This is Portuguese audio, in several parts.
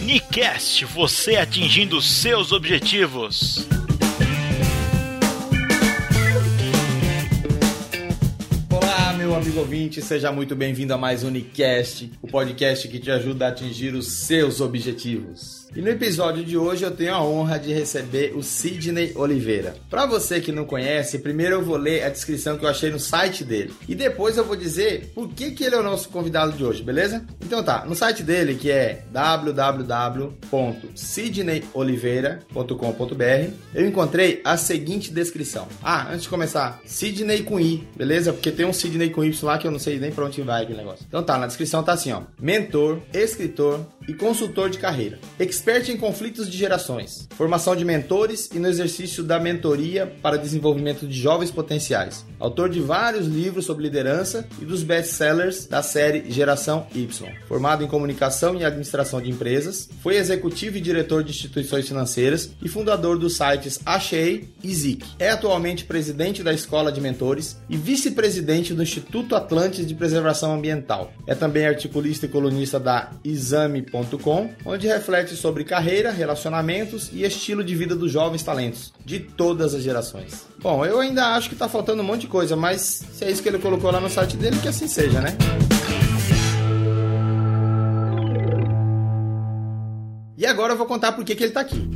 Unicast, você atingindo seus objetivos. Olá, meu amigo ouvinte, seja muito bem-vindo a mais um Unicast, o podcast que te ajuda a atingir os seus objetivos. E no episódio de hoje eu tenho a honra de receber o Sidney Oliveira. Para você que não conhece, primeiro eu vou ler a descrição que eu achei no site dele. E depois eu vou dizer por que ele é o nosso convidado de hoje, beleza? Então tá, no site dele, que é www.sidneyoliveira.com.br, eu encontrei a seguinte descrição. Antes de começar, Sidney com I, beleza? Porque tem um Sidney com Y lá que eu não sei nem pra onde vai aquele negócio. Então tá, na descrição tá assim, ó. Mentor, escritor e consultor de carreira. Expert em conflitos de gerações, formação de mentores e no exercício da mentoria para desenvolvimento de jovens potenciais. Autor de vários livros sobre liderança e dos best-sellers da série Geração Y. Formado em comunicação e administração de empresas, foi executivo e diretor de instituições financeiras e fundador dos sites Achei e Zik. É atualmente presidente da Escola de Mentores e vice-presidente do Instituto Atlantis de Preservação Ambiental. É também articulista e colunista da Exame.com, onde reflete sobre carreira, relacionamentos e estilo de vida dos jovens talentos de todas as gerações. Bom, eu ainda acho que tá faltando um monte de coisa, mas se é isso que ele colocou lá no site dele, que assim seja, né? E agora eu vou contar por que ele tá aqui.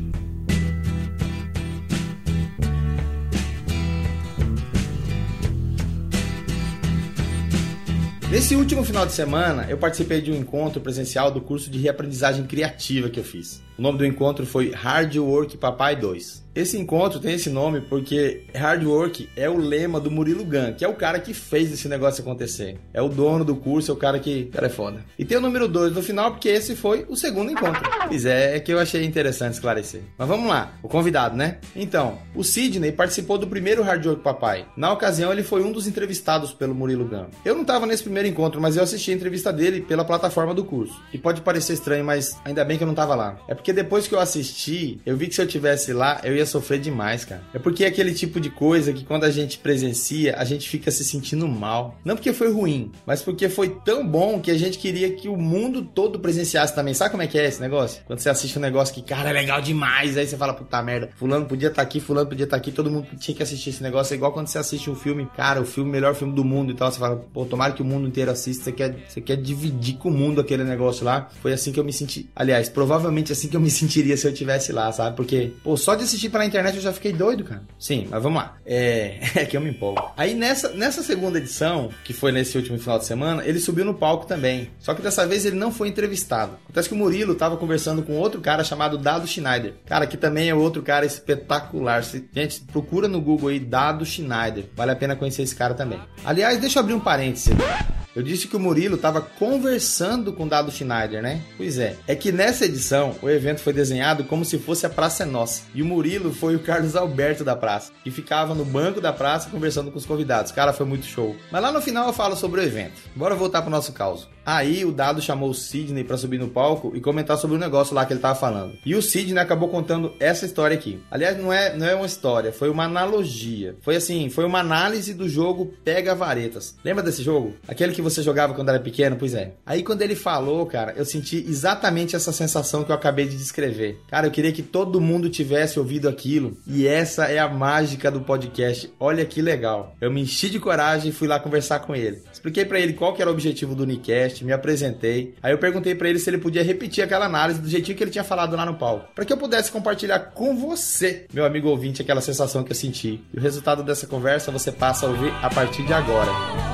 Nesse último final de semana, eu participei de um encontro presencial do curso de reaprendizagem criativa que eu fiz. O nome do encontro foi Hard Work Papai 2. Esse encontro tem esse nome porque Hard Work é o lema do Murilo Gun, que é o cara que fez esse negócio acontecer. É o dono do curso, é o cara que... cara é foda. E tem o número 2 no final porque esse foi o segundo encontro. Pois é que eu achei interessante esclarecer. Mas vamos lá, o convidado, né? Então, o Sidney participou do primeiro Hard Work Papai. Na ocasião, ele foi um dos entrevistados pelo Murilo Gun. Eu não estava nesse primeiro encontro, mas eu assisti a entrevista dele pela plataforma do curso. E pode parecer estranho, mas ainda bem que eu não estava lá. É porque depois que eu assisti, eu vi que se eu tivesse lá, eu ia sofrer demais, cara. É porque é aquele tipo de coisa que quando a gente presencia, a gente fica se sentindo mal. Não porque foi ruim, mas porque foi tão bom que a gente queria que o mundo todo presenciasse também. Sabe como é que é esse negócio? Quando você assiste um negócio que, cara, é legal demais, aí você fala, puta merda, fulano podia estar aqui, fulano podia estar aqui, todo mundo tinha que assistir esse negócio. É igual quando você assiste um filme, cara, o melhor filme do mundo e tal, você fala, pô, tomara que o mundo inteiro assista, você quer dividir com o mundo aquele negócio lá. Foi assim que eu me senti, aliás, provavelmente assim que eu me sentiria se eu estivesse lá, sabe? Porque, pô, só de assistir pela internet eu já fiquei doido, cara. Sim, mas vamos lá. É que eu me empolgo. Aí nessa segunda edição, que foi nesse último final de semana, ele subiu no palco também. Só que dessa vez ele não foi entrevistado. Acontece que o Murilo tava conversando com outro cara chamado Dado Schneider. Cara, que também é outro cara espetacular. Gente, procura no Google aí Dado Schneider. Vale a pena conhecer esse cara também. Aliás, deixa eu abrir um parênteses. Eu disse que o Murilo estava conversando com o Dado Schneider, né? Pois é. É que nessa edição, o evento foi desenhado como se fosse a Praça é Nossa. E o Murilo foi o Carlos Alberto da praça, que ficava no banco da praça conversando com os convidados. Cara, foi muito show. Mas lá no final eu falo sobre o evento. Bora voltar pro nosso caos. Aí o Dado chamou o Sidney pra subir no palco e comentar sobre o negócio lá que ele tava falando. E o Sidney acabou contando essa história aqui. Aliás, não é uma história, foi uma analogia. Foi assim, foi uma análise do jogo Pega Varetas. Lembra desse jogo? Aquele que você jogava quando era pequeno? Pois é. Aí quando ele falou, cara, eu senti exatamente essa sensação que eu acabei de descrever. Cara, eu queria que todo mundo tivesse ouvido aquilo. E essa é a mágica do podcast. Olha que legal. Eu me enchi de coragem e fui lá conversar com ele. Expliquei pra ele qual que era o objetivo do Unicast, me apresentei. Aí eu perguntei pra ele se ele podia repetir aquela análise do jeitinho que ele tinha falado lá no palco, pra que eu pudesse compartilhar com você, meu amigo ouvinte, aquela sensação que eu senti. E o resultado dessa conversa você passa a ouvir a partir de agora.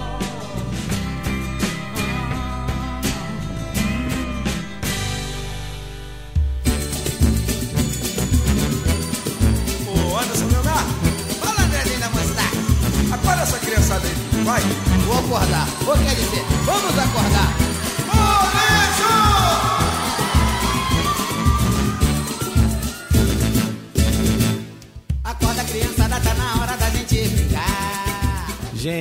Vai, vou acordar. Vou quer dizer, vamos acordar. Acorda, criançada, tá na hora da gente brincar. Gente,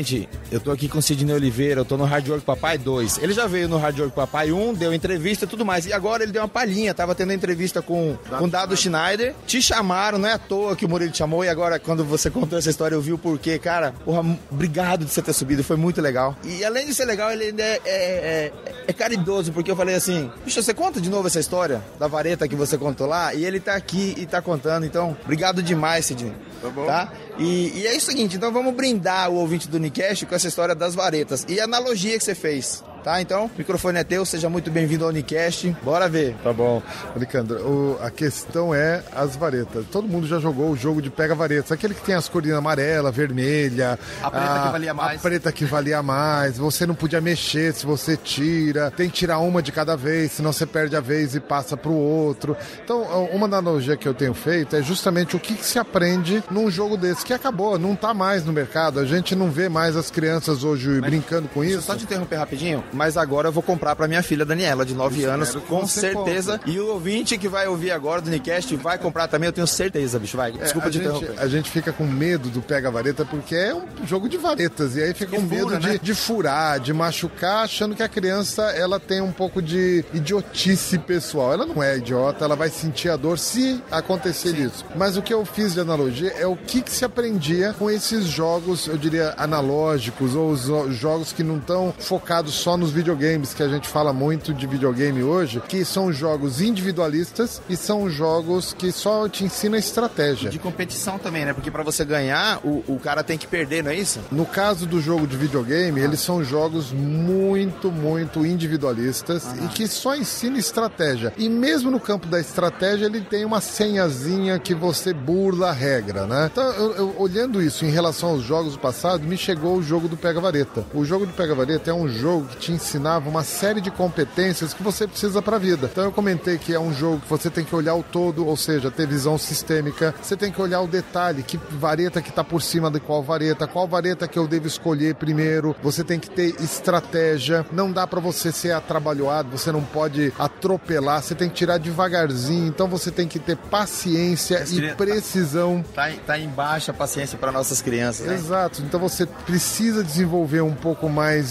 eu tô aqui com o Sidney Oliveira, eu tô no Hard Work Papai 2. Ele já veio no Hard Work Papai 1, deu entrevista e tudo mais. E agora ele deu uma palhinha, tava tendo entrevista com o Dado Schneider. Te chamaram, não é à toa que o Murilo te chamou. E agora, quando você contou essa história, eu vi o porquê. Cara, porra, obrigado de você ter subido, foi muito legal. E além de ser legal, ele ainda é caridoso, porque eu falei assim, bicho, você conta de novo essa história da vareta que você contou lá? E ele tá aqui e tá contando. Então, obrigado demais, Sidney. Tá bom. Tá? E é o seguinte, então vamos brindar o ouvinte do Unicast com essa história das varetas e a analogia que você fez, tá? Então, o microfone é teu, seja muito bem-vindo ao Unicast, bora ver. Tá bom, Alejandro, a questão é as varetas. Todo mundo já jogou o jogo de pega-varetas, aquele que tem as cores amarela, vermelha, a preta que valia mais. A preta que valia mais, você não podia mexer se você tira, tem que tirar uma de cada vez, senão você perde a vez e passa pro outro. Então, uma analogia que eu tenho feito é justamente o que se aprende num jogo desse, que acabou, não tá mais no mercado, a gente não vê mais as crianças hoje brincando com isso. Só te interromper rapidinho, mas agora eu vou comprar pra minha filha Daniela, de 9 anos, com certeza. Compre. E o ouvinte que vai ouvir agora do Unicast vai comprar também, eu tenho certeza, bicho, vai. Desculpa te interromper. A gente fica com medo do pega-vareta porque é um jogo de varetas, e aí fica com medo de furar, de machucar, achando que a criança, ela tem um pouco de idiotice pessoal. Ela não é idiota, ela vai sentir a dor se acontecer isso. Mas o que eu fiz de analogia é o que se aprendia com esses jogos, eu diria, analógicos, ou os jogos que não estão focados só nos videogames, que a gente fala muito de videogame hoje, que são jogos individualistas e são jogos que só te ensinam estratégia. De competição também, né? Porque pra você ganhar, o cara tem que perder, não é isso? No caso do jogo de videogame, eles são jogos muito, muito individualistas e que só ensinam estratégia. E mesmo no campo da estratégia, ele tem uma senhazinha que você burla a regra, né? Então, eu olhando isso em relação aos jogos do passado, me chegou o jogo do Pega-Vareta. O jogo do Pega-Vareta é um jogo que te ensinava uma série de competências que você precisa pra vida. Então eu comentei que é um jogo que você tem que olhar o todo, ou seja, ter visão sistêmica, você tem que olhar o detalhe, que vareta que tá por cima de qual vareta que eu devo escolher primeiro, você tem que ter estratégia, não dá pra você ser atrabalhoado, você não pode atropelar, você tem que tirar devagarzinho, então você tem que ter paciência e precisão. Tá em baixa paciência para nossas crianças, né? Exato, então você precisa desenvolver um pouco mais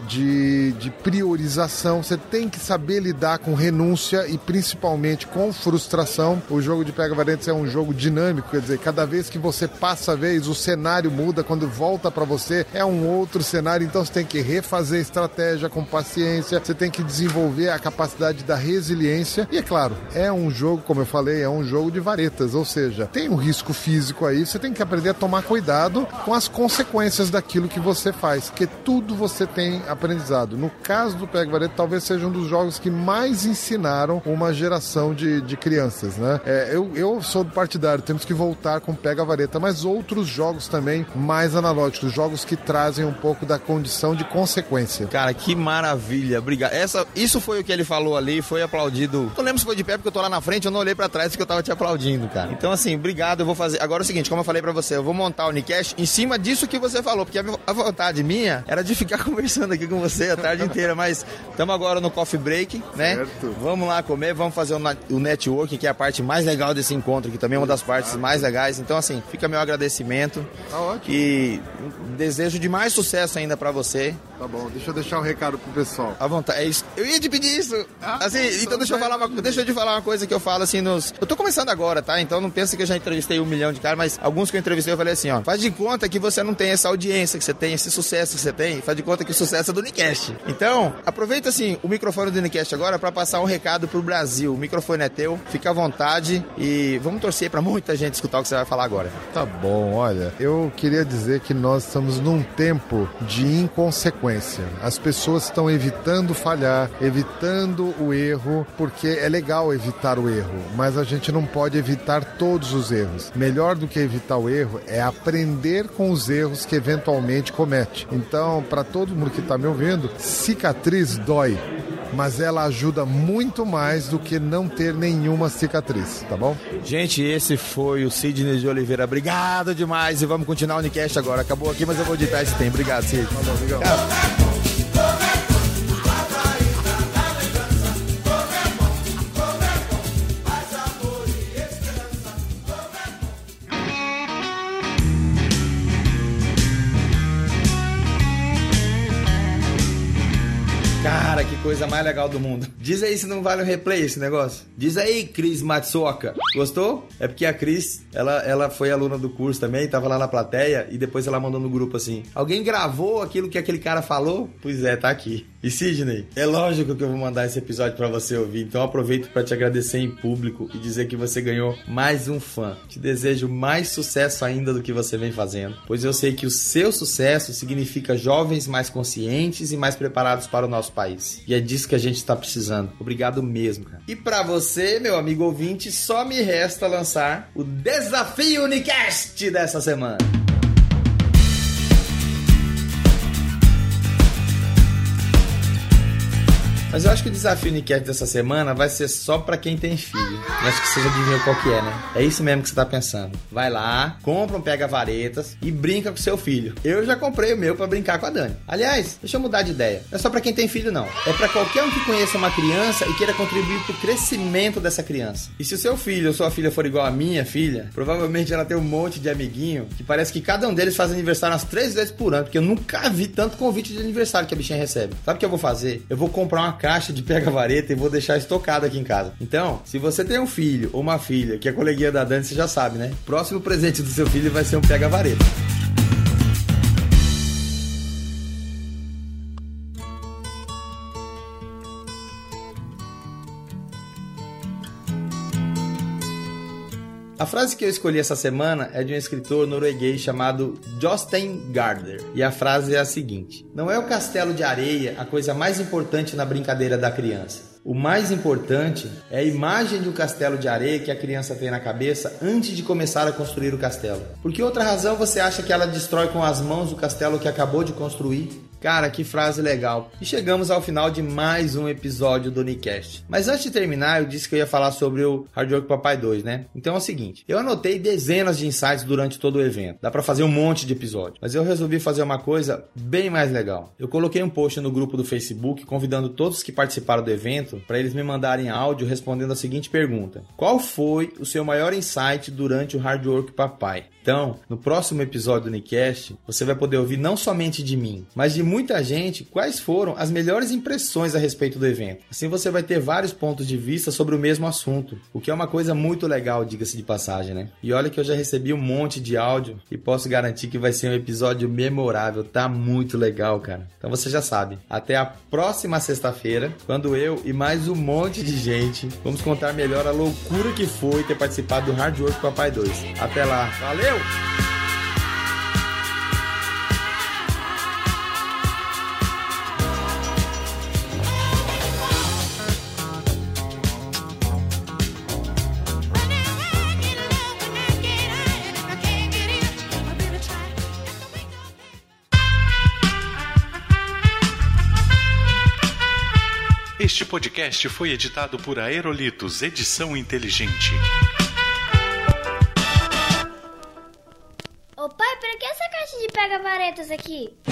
de priorização, você tem que saber lidar com renúncia e principalmente com frustração. O jogo de Pega-Varetas é um jogo dinâmico, quer dizer, cada vez que você passa a vez, o cenário muda, quando volta para você é um outro cenário, então você tem que refazer a estratégia com paciência, você tem que desenvolver a capacidade da resiliência e é claro, é um jogo, como eu falei, é um jogo de varetas, ou seja, tem um risco físico aí, você tem que aprender a tomar cuidado com as consequências daquilo que você faz, porque tudo você tem aprendizado. No caso do Pega-Vareta, talvez seja um dos jogos que mais ensinaram uma geração de crianças, né? Eu sou do partidário, temos que voltar com Pega-Vareta, mas outros jogos também mais analógicos, jogos que trazem um pouco da condição de consequência. Cara, que maravilha, obrigado. Isso foi o que ele falou ali, foi aplaudido. Não lembro se foi de pé, porque eu tô lá na frente, eu não olhei pra trás porque eu tava te aplaudindo, cara. Então assim, obrigado, eu vou fazer. Agora é o seguinte, como eu falei pra você, eu vou montar o Unicast em cima disso que você falou, porque a vontade minha era de ficar conversando aqui com você a tarde inteira, mas estamos agora no coffee break, né? Certo. Vamos lá comer, vamos fazer o networking, que é a parte mais legal desse encontro, que também é uma das partes mais legais. Então assim, fica meu agradecimento. Tá ótimo. E desejo de mais sucesso ainda pra você. Tá bom, deixa eu deixar um recado pro pessoal. À vontade, é isso. Eu ia te pedir isso. Então deixa eu te falar uma coisa que eu falo assim nos... Eu tô começando agora, tá? Então não pensa que eu já entrevistei 1 milhão de caras, mas alguns que eu entrevistei eu falei assim, ó, faz de conta que você não tem essa audiência que você tem, esse sucesso que você tem, faz de conta que o sucesso é do Unicast. Então, aproveita assim o microfone do Unicast agora pra passar um recado pro Brasil. O microfone é teu, fica à vontade e vamos torcer pra muita gente escutar o que você vai falar agora. Tá bom, olha, eu queria dizer que nós estamos num tempo de inconsequência. As pessoas estão evitando falhar, evitando o erro, porque é legal evitar o erro, mas a gente não pode evitar todos os erros. Melhor do que evitar o erro é aprender com os erros que eventualmente comete. Então, para todo mundo que está me ouvindo, cicatriz dói, mas ela ajuda muito mais do que não ter nenhuma cicatriz, tá bom? Gente, esse foi o Sidney de Oliveira. Obrigado demais e vamos continuar o Unicast agora. Acabou aqui, mas eu vou editar esse tempo. Obrigado, Sidney. coisa mais legal do mundo. Diz aí se não vale um replay esse negócio. Diz aí, Cris Matsuoka. Gostou? É porque a Cris, ela foi aluna do curso também, tava lá na plateia e depois ela mandou no grupo assim: alguém gravou aquilo que aquele cara falou? Pois é, tá aqui. E Sidney, é lógico que eu vou mandar esse episódio pra você ouvir, então eu aproveito pra te agradecer em público e dizer que você ganhou mais um fã. Te desejo mais sucesso ainda do que você vem fazendo, pois eu sei que o seu sucesso significa jovens mais conscientes e mais preparados para o nosso país. E é disso que a gente tá precisando. Obrigado mesmo, cara. E pra você, meu amigo ouvinte, só me resta lançar o Desafio Unicast dessa semana. Mas eu acho que o desafio Unicast dessa semana vai ser só pra quem tem filho. Eu acho que você já adivinhou qual que é, né? É isso mesmo que você tá pensando. Vai lá, compra um pega-varetas e brinca com seu filho. Eu já comprei o meu pra brincar com a Dani. Aliás, deixa eu mudar de ideia. Não é só pra quem tem filho, não. É pra qualquer um que conheça uma criança e queira contribuir pro crescimento dessa criança. E se o seu filho ou sua filha for igual a minha filha, provavelmente ela tem um monte de amiguinho que parece que cada um deles faz aniversário umas 3 vezes por ano, porque eu nunca vi tanto convite de aniversário que a bichinha recebe. Sabe o que eu vou fazer? Eu vou comprar uma caixa de pega-vareta e vou deixar estocado aqui em casa. Então, se você tem um filho ou uma filha que é coleguinha da Dani, você já sabe, né? O próximo presente do seu filho vai ser um pega-vareta. A frase que eu escolhi essa semana é de um escritor norueguês chamado Jostein Gaarder. E a frase é a seguinte: não é o castelo de areia a coisa mais importante na brincadeira da criança. O mais importante é a imagem de um castelo de areia que a criança tem na cabeça antes de começar a construir o castelo. Por que outra razão você acha que ela destrói com as mãos o castelo que acabou de construir? Cara, que frase legal. E chegamos ao final de mais um episódio do Unicast. Mas antes de terminar, eu disse que eu ia falar sobre o Hard Work Papai 2, né? Então é o seguinte, eu anotei dezenas de insights durante todo o evento. Dá pra fazer um monte de episódio. Mas eu resolvi fazer uma coisa bem mais legal. Eu coloquei um post no grupo do Facebook convidando todos que participaram do evento para eles me mandarem áudio respondendo a seguinte pergunta: qual foi o seu maior insight durante o Hard Work Papai? Então, no próximo episódio do Unicast, você vai poder ouvir não somente de mim, mas de muita gente quais foram as melhores impressões a respeito do evento. Assim você vai ter vários pontos de vista sobre o mesmo assunto, o que é uma coisa muito legal, diga-se de passagem, né? E olha que eu já recebi um monte de áudio e posso garantir que vai ser um episódio memorável, tá muito legal, cara. Então você já sabe, até a próxima sexta-feira, quando eu e mais um monte de gente vamos contar melhor a loucura que foi ter participado do Hard Work Papai 2. Até lá, valeu! Este podcast foi editado por Aerolitos Edição Inteligente. Ô pai, pra que essa caixa de pega-varetas aqui?